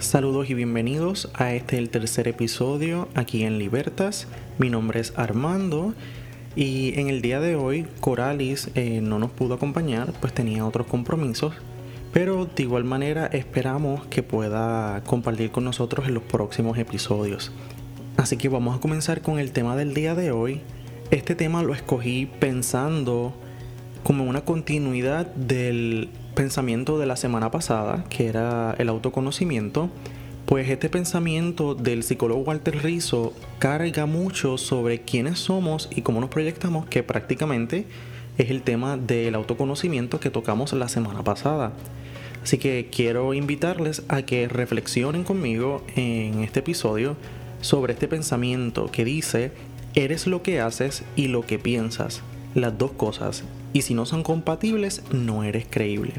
Saludos y bienvenidos a el tercer episodio aquí en Libertas. Mi nombre es Armando y en el día de hoy Coralis no nos pudo acompañar, pues tenía otros compromisos, pero de igual manera esperamos que pueda compartir con nosotros en los próximos episodios. Así que vamos a comenzar con el tema del día de hoy. Este tema lo escogí pensando como una continuidad del pensamiento de la semana pasada, que era el autoconocimiento. Pues este pensamiento del psicólogo Walter Rizzo carga mucho sobre quiénes somos y cómo nos proyectamos, que prácticamente es el tema del autoconocimiento que tocamos la semana pasada. Así que quiero invitarles a que reflexionen conmigo en este episodio sobre este pensamiento que dice: eres lo que haces y lo que piensas, las dos cosas, y si no son compatibles, no eres creíble.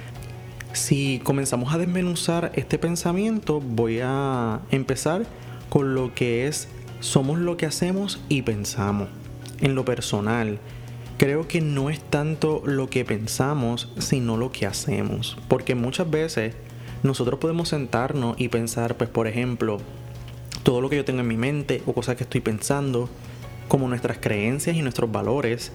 Si comenzamos a desmenuzar este pensamiento, voy a empezar con lo que es: somos lo que hacemos y pensamos. En lo personal, creo que no es tanto lo que pensamos, sino lo que hacemos. Porque muchas veces nosotros podemos sentarnos y pensar, pues por ejemplo, todo lo que yo tengo en mi mente o cosas que estoy pensando, como nuestras creencias y nuestros valores,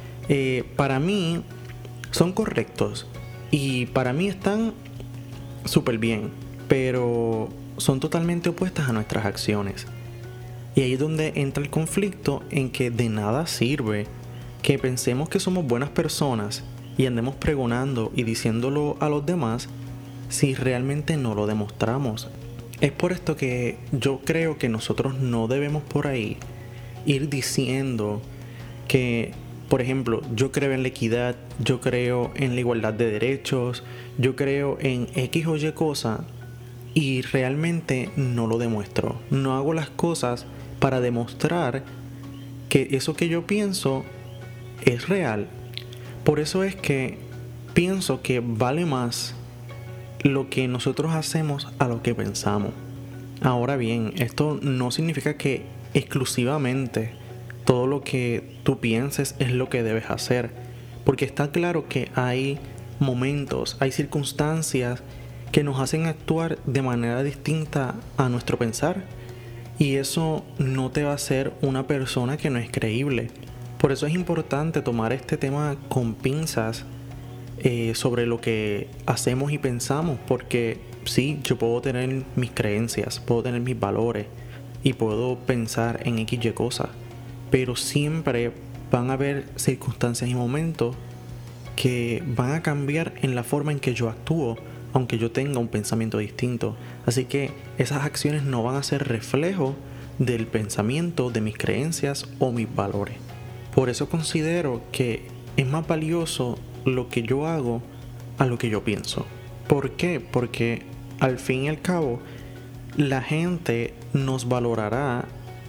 para mí son correctos y para mí están súper bien, pero son totalmente opuestas a nuestras acciones. Y ahí es donde entra el conflicto, en que de nada sirve que pensemos que somos buenas personas y andemos pregonando y diciéndolo a los demás si realmente no lo demostramos. Es por esto que yo creo que nosotros no debemos por ahí ir diciendo que, por ejemplo, yo creo en la equidad, yo creo en la igualdad de derechos, yo creo en X o Y cosa, y realmente no lo demuestro. No hago las cosas para demostrar que eso que yo pienso es real. Por eso es que pienso que vale más lo que nosotros hacemos a lo que pensamos. Ahora bien, esto no significa que exclusivamente todo lo que tú pienses es lo que debes hacer, porque está claro que hay momentos, hay circunstancias que nos hacen actuar de manera distinta a nuestro pensar, y eso no te va a hacer una persona que no es creíble. Por eso es importante tomar este tema con pinzas sobre lo que hacemos y pensamos, porque sí, yo puedo tener mis creencias, puedo tener mis valores y puedo pensar en X y cosas, pero siempre van a haber circunstancias y momentos que van a cambiar en la forma en que yo actúo, aunque yo tenga un pensamiento distinto. Así que esas acciones no van a ser reflejo del pensamiento, de mis creencias o mis valores. Por eso considero que es más valioso lo que yo hago a lo que yo pienso. ¿Por qué? Porque al fin y al cabo la gente nos valorará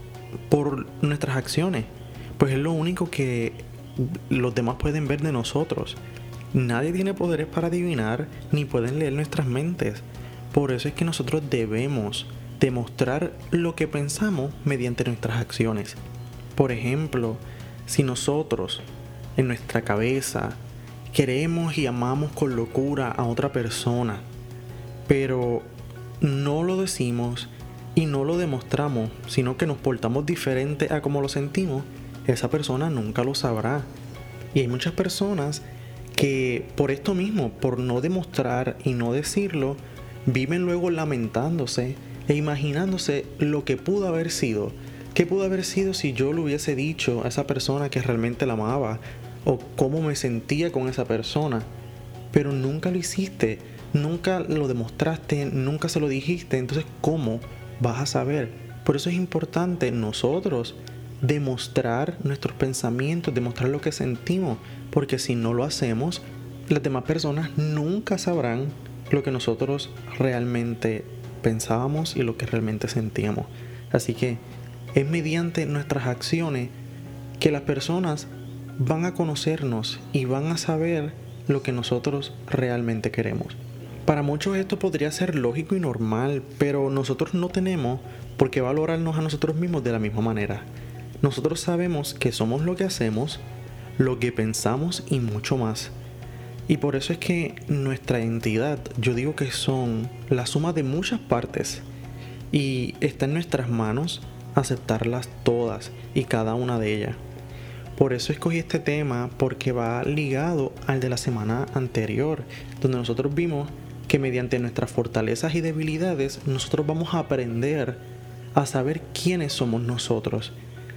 por nuestras acciones, pues es lo único que los demás pueden ver de nosotros. Nadie tiene poderes para adivinar ni pueden leer nuestras mentes. Por eso es que nosotros debemos demostrar lo que pensamos mediante nuestras acciones. Por ejemplo, si nosotros en nuestra cabeza queremos y amamos con locura a otra persona, pero no lo decimos y no lo demostramos, sino que nos portamos diferente a como lo sentimos, esa persona nunca lo sabrá. Y hay muchas personas que por esto mismo, por no demostrar y no decirlo, viven luego lamentándose e imaginándose lo que pudo haber sido. ¿Qué pudo haber sido si yo le hubiese dicho a esa persona que realmente la amaba? O cómo me sentía con esa persona. Pero nunca lo hiciste, nunca lo demostraste, nunca se lo dijiste. Entonces, ¿cómo vas a saber? Por eso es importante nosotros demostrar nuestros pensamientos, demostrar lo que sentimos, porque si no lo hacemos, las demás personas nunca sabrán lo que nosotros realmente pensábamos y lo que realmente sentíamos. Así que es mediante nuestras acciones que las personas van a conocernos y van a saber lo que nosotros realmente queremos. Para muchos esto podría ser lógico y normal, pero nosotros no tenemos por qué valorarnos a nosotros mismos de la misma manera. Nosotros sabemos que somos lo que hacemos, lo que pensamos y mucho más. Y por eso es que nuestra identidad, yo digo que son la suma de muchas partes y está en nuestras manos aceptarlas todas y cada una de ellas. Por eso escogí este tema, porque va ligado al de la semana anterior, donde nosotros vimos que mediante nuestras fortalezas y debilidades nosotros vamos a aprender a saber quiénes somos nosotros.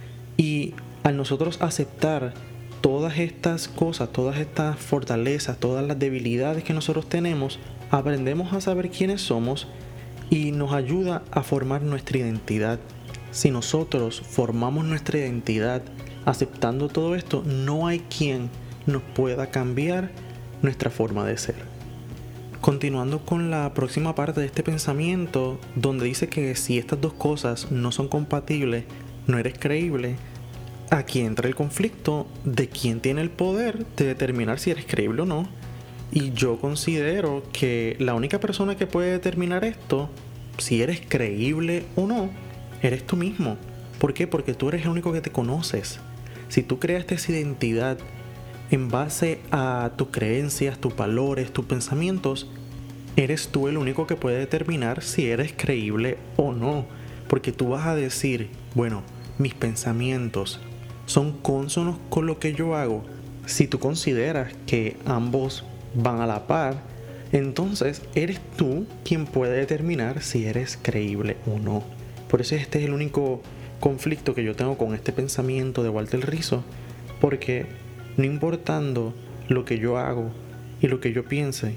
Y al nosotros aceptar todas estas cosas, todas estas fortalezas, todas las debilidades que nosotros tenemos, aprendemos a saber quiénes somos y nos ayuda a formar nuestra identidad. Si nosotros formamos nuestra identidad aceptando todo esto, no hay quien nos pueda cambiar nuestra forma de ser. Continuando con la próxima parte de este pensamiento, donde dice que si estas dos cosas no son compatibles, no eres creíble, aquí entra el conflicto de quién tiene el poder de determinar si eres creíble o no. Y yo considero que la única persona que puede determinar esto, si eres creíble o no, eres tú mismo. ¿Por qué? Porque tú eres el único que te conoces. Si tú creaste esa identidad en base a tus creencias, tus valores, tus pensamientos, eres tú el único que puede determinar si eres creíble o no. Porque tú vas a decir, bueno, mis pensamientos son cónsonos con lo que yo hago. Si tú consideras que ambos van a la par, entonces eres tú quien puede determinar si eres creíble o no. Por eso este es el único conflicto que yo tengo con este pensamiento de Walter Rizzo, porque no importando lo que yo hago y lo que yo piense,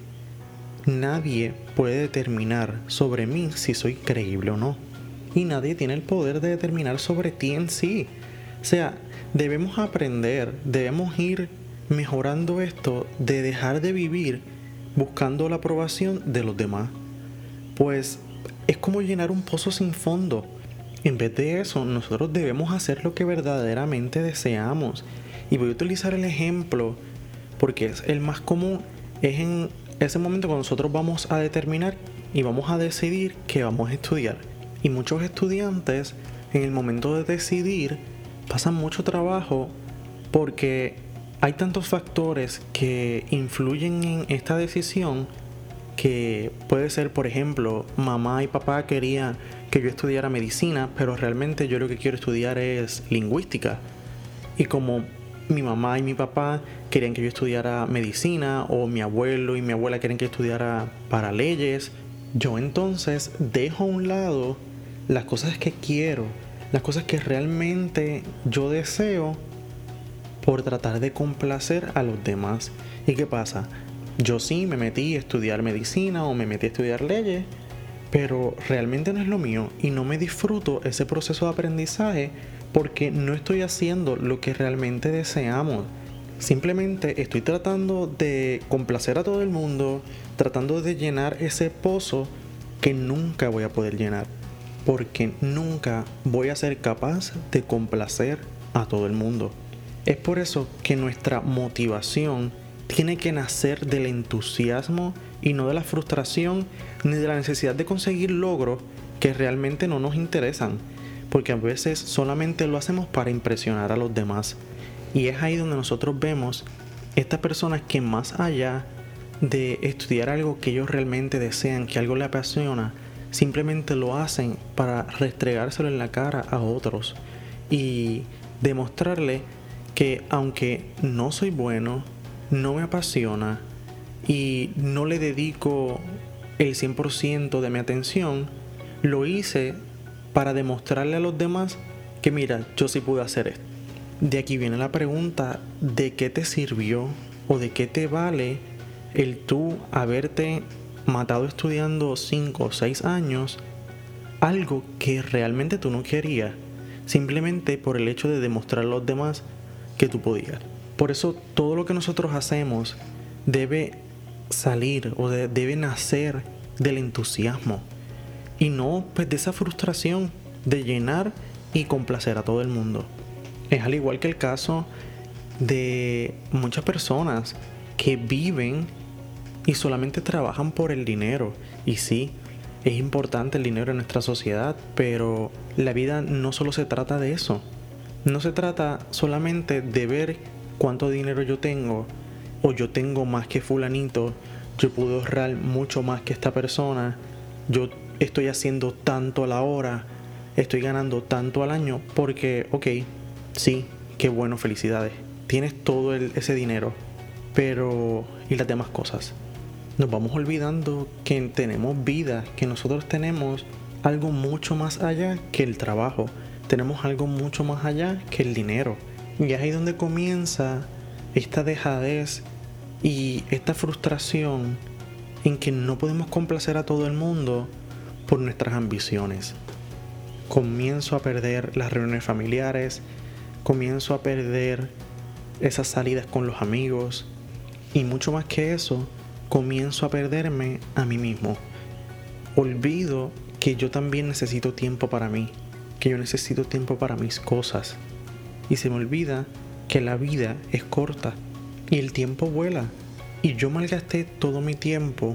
nadie puede determinar sobre mí si soy creíble o no, y nadie tiene el poder de determinar sobre ti en sí. O sea, debemos aprender, debemos ir mejorando esto de dejar de vivir buscando la aprobación de los demás, pues es como llenar un pozo sin fondo. En vez de eso, nosotros debemos hacer lo que verdaderamente deseamos. Y voy a utilizar el ejemplo porque es el más común. Es en ese momento cuando nosotros vamos a determinar y vamos a decidir qué vamos a estudiar. Y muchos estudiantes en el momento de decidir pasan mucho trabajo porque hay tantos factores que influyen en esta decisión, que puede ser, por ejemplo, mamá y papá querían que yo estudiara medicina, pero realmente yo lo que quiero estudiar es lingüística. Y como mi mamá y mi papá querían que yo estudiara medicina, o mi abuelo y mi abuela querían que yo estudiara para leyes, yo entonces dejo a un lado las cosas que quiero, las cosas que realmente yo deseo, por tratar de complacer a los demás. ¿Y qué pasa? Yo sí me metí a estudiar medicina o me metí a estudiar leyes, pero realmente no es lo mío y no me disfruto ese proceso de aprendizaje porque no estoy haciendo lo que realmente deseamos. Simplemente estoy tratando de complacer a todo el mundo, tratando de llenar ese pozo que nunca voy a poder llenar, porque nunca voy a ser capaz de complacer a todo el mundo. Es por eso que nuestra motivación tiene que nacer del entusiasmo y no de la frustración ni de la necesidad de conseguir logros que realmente no nos interesan, porque a veces solamente lo hacemos para impresionar a los demás. Y es ahí donde nosotros vemos estas personas que, más allá de estudiar algo que ellos realmente desean, que algo les apasiona, simplemente lo hacen para restregárselo en la cara a otros y demostrarle que aunque no soy bueno, no me apasiona y no le dedico el 100% de mi atención, lo hice para demostrarle a los demás que mira, yo sí pude hacer esto. De aquí viene la pregunta, ¿de qué te sirvió o de qué te vale el tú haberte matado estudiando 5 o 6 años algo que realmente tú no querías, simplemente por el hecho de demostrar a los demás que tú podías? Por eso todo lo que nosotros hacemos debe salir o debe nacer del entusiasmo y no pues de esa frustración de llenar y complacer a todo el mundo. Es al igual que el caso de muchas personas que viven y solamente trabajan por el dinero. Y sí, es importante el dinero en nuestra sociedad, pero la vida no solo se trata de eso. No se trata solamente de ver cuánto dinero yo tengo o yo tengo más que fulanito, yo puedo ahorrar mucho más que esta persona, yo estoy haciendo tanto a la hora, estoy ganando tanto al año, porque, ok, sí, qué bueno, felicidades, tienes todo ese dinero, pero ¿y las demás cosas? Nos vamos olvidando que tenemos vida, que nosotros tenemos algo mucho más allá que el trabajo, tenemos algo mucho más allá que el dinero. Y es ahí donde comienza esta dejadez y esta frustración en que no podemos complacer a todo el mundo por nuestras ambiciones. Comienzo a perder las reuniones familiares, comienzo a perder esas salidas con los amigos y mucho más que eso, comienzo a perderme a mí mismo. Olvido que yo también necesito tiempo para mí, que yo necesito tiempo para mis cosas. Y se me olvida que la vida es corta y el tiempo vuela. Y yo malgasté todo mi tiempo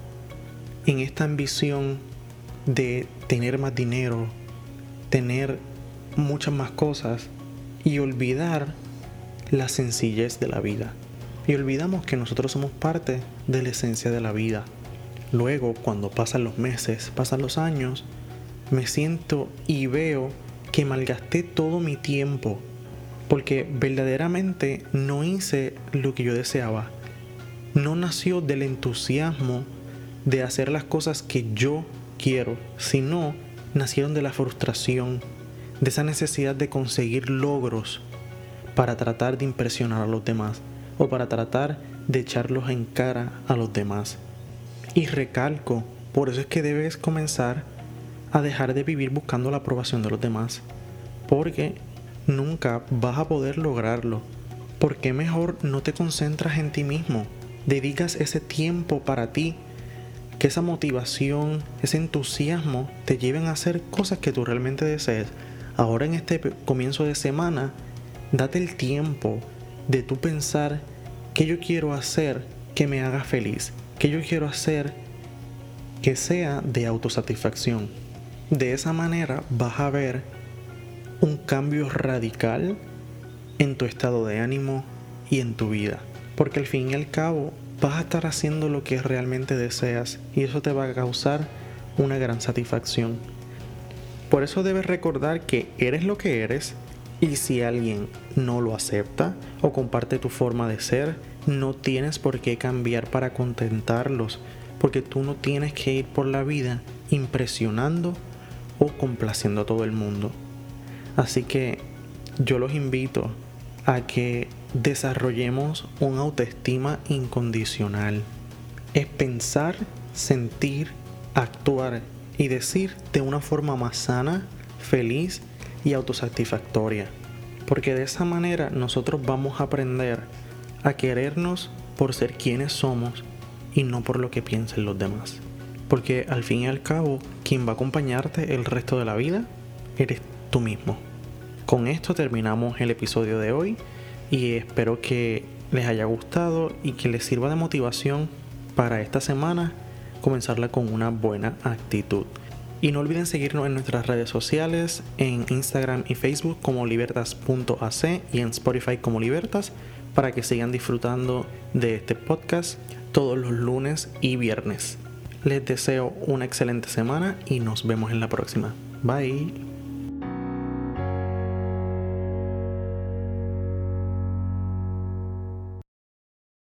en esta ambición de tener más dinero, tener muchas más cosas y olvidar la sencillez de la vida. Y olvidamos que nosotros somos parte de la esencia de la vida. Luego, cuando pasan los meses, pasan los años, me siento y veo que malgasté todo mi tiempo porque verdaderamente no hice lo que yo deseaba. No nació del entusiasmo de hacer las cosas que yo quiero, sino nacieron de la frustración, de esa necesidad de conseguir logros para tratar de impresionar a los demás o para tratar de echarlos en cara a los demás. Y recalco, por eso es que debes comenzar a dejar de vivir buscando la aprobación de los demás, porque nunca vas a poder lograrlo. ¿Por qué mejor no te concentras en ti mismo? Dedicas ese tiempo para ti, que esa motivación, ese entusiasmo te lleven a hacer cosas que tú realmente desees. Ahora en este comienzo de semana, date el tiempo de tú pensar qué yo quiero hacer que me haga feliz, qué yo quiero hacer que sea de autosatisfacción. De esa manera vas a ver un cambio radical en tu estado de ánimo y en tu vida, porque al fin y al cabo vas a estar haciendo lo que realmente deseas y eso te va a causar una gran satisfacción. Por eso debes recordar que eres lo que eres y si alguien no lo acepta o comparte tu forma de ser, no tienes por qué cambiar para contentarlos, porque tú no tienes que ir por la vida impresionando o complaciendo a todo el mundo. Así que yo los invito a que desarrollemos una autoestima incondicional. Es pensar, sentir, actuar y decir de una forma más sana, feliz y autosatisfactoria. Porque de esa manera nosotros vamos a aprender a querernos por ser quienes somos y no por lo que piensen los demás. Porque al fin y al cabo, quien va a acompañarte el resto de la vida eres tú mismo. Con esto terminamos el episodio de hoy y espero que les haya gustado y que les sirva de motivación para esta semana comenzarla con una buena actitud. Y no olviden seguirnos en nuestras redes sociales, en Instagram y Facebook como libertas.ac y en Spotify como Libertas, para que sigan disfrutando de este podcast todos los lunes y viernes. Les deseo una excelente semana y nos vemos en la próxima. Bye.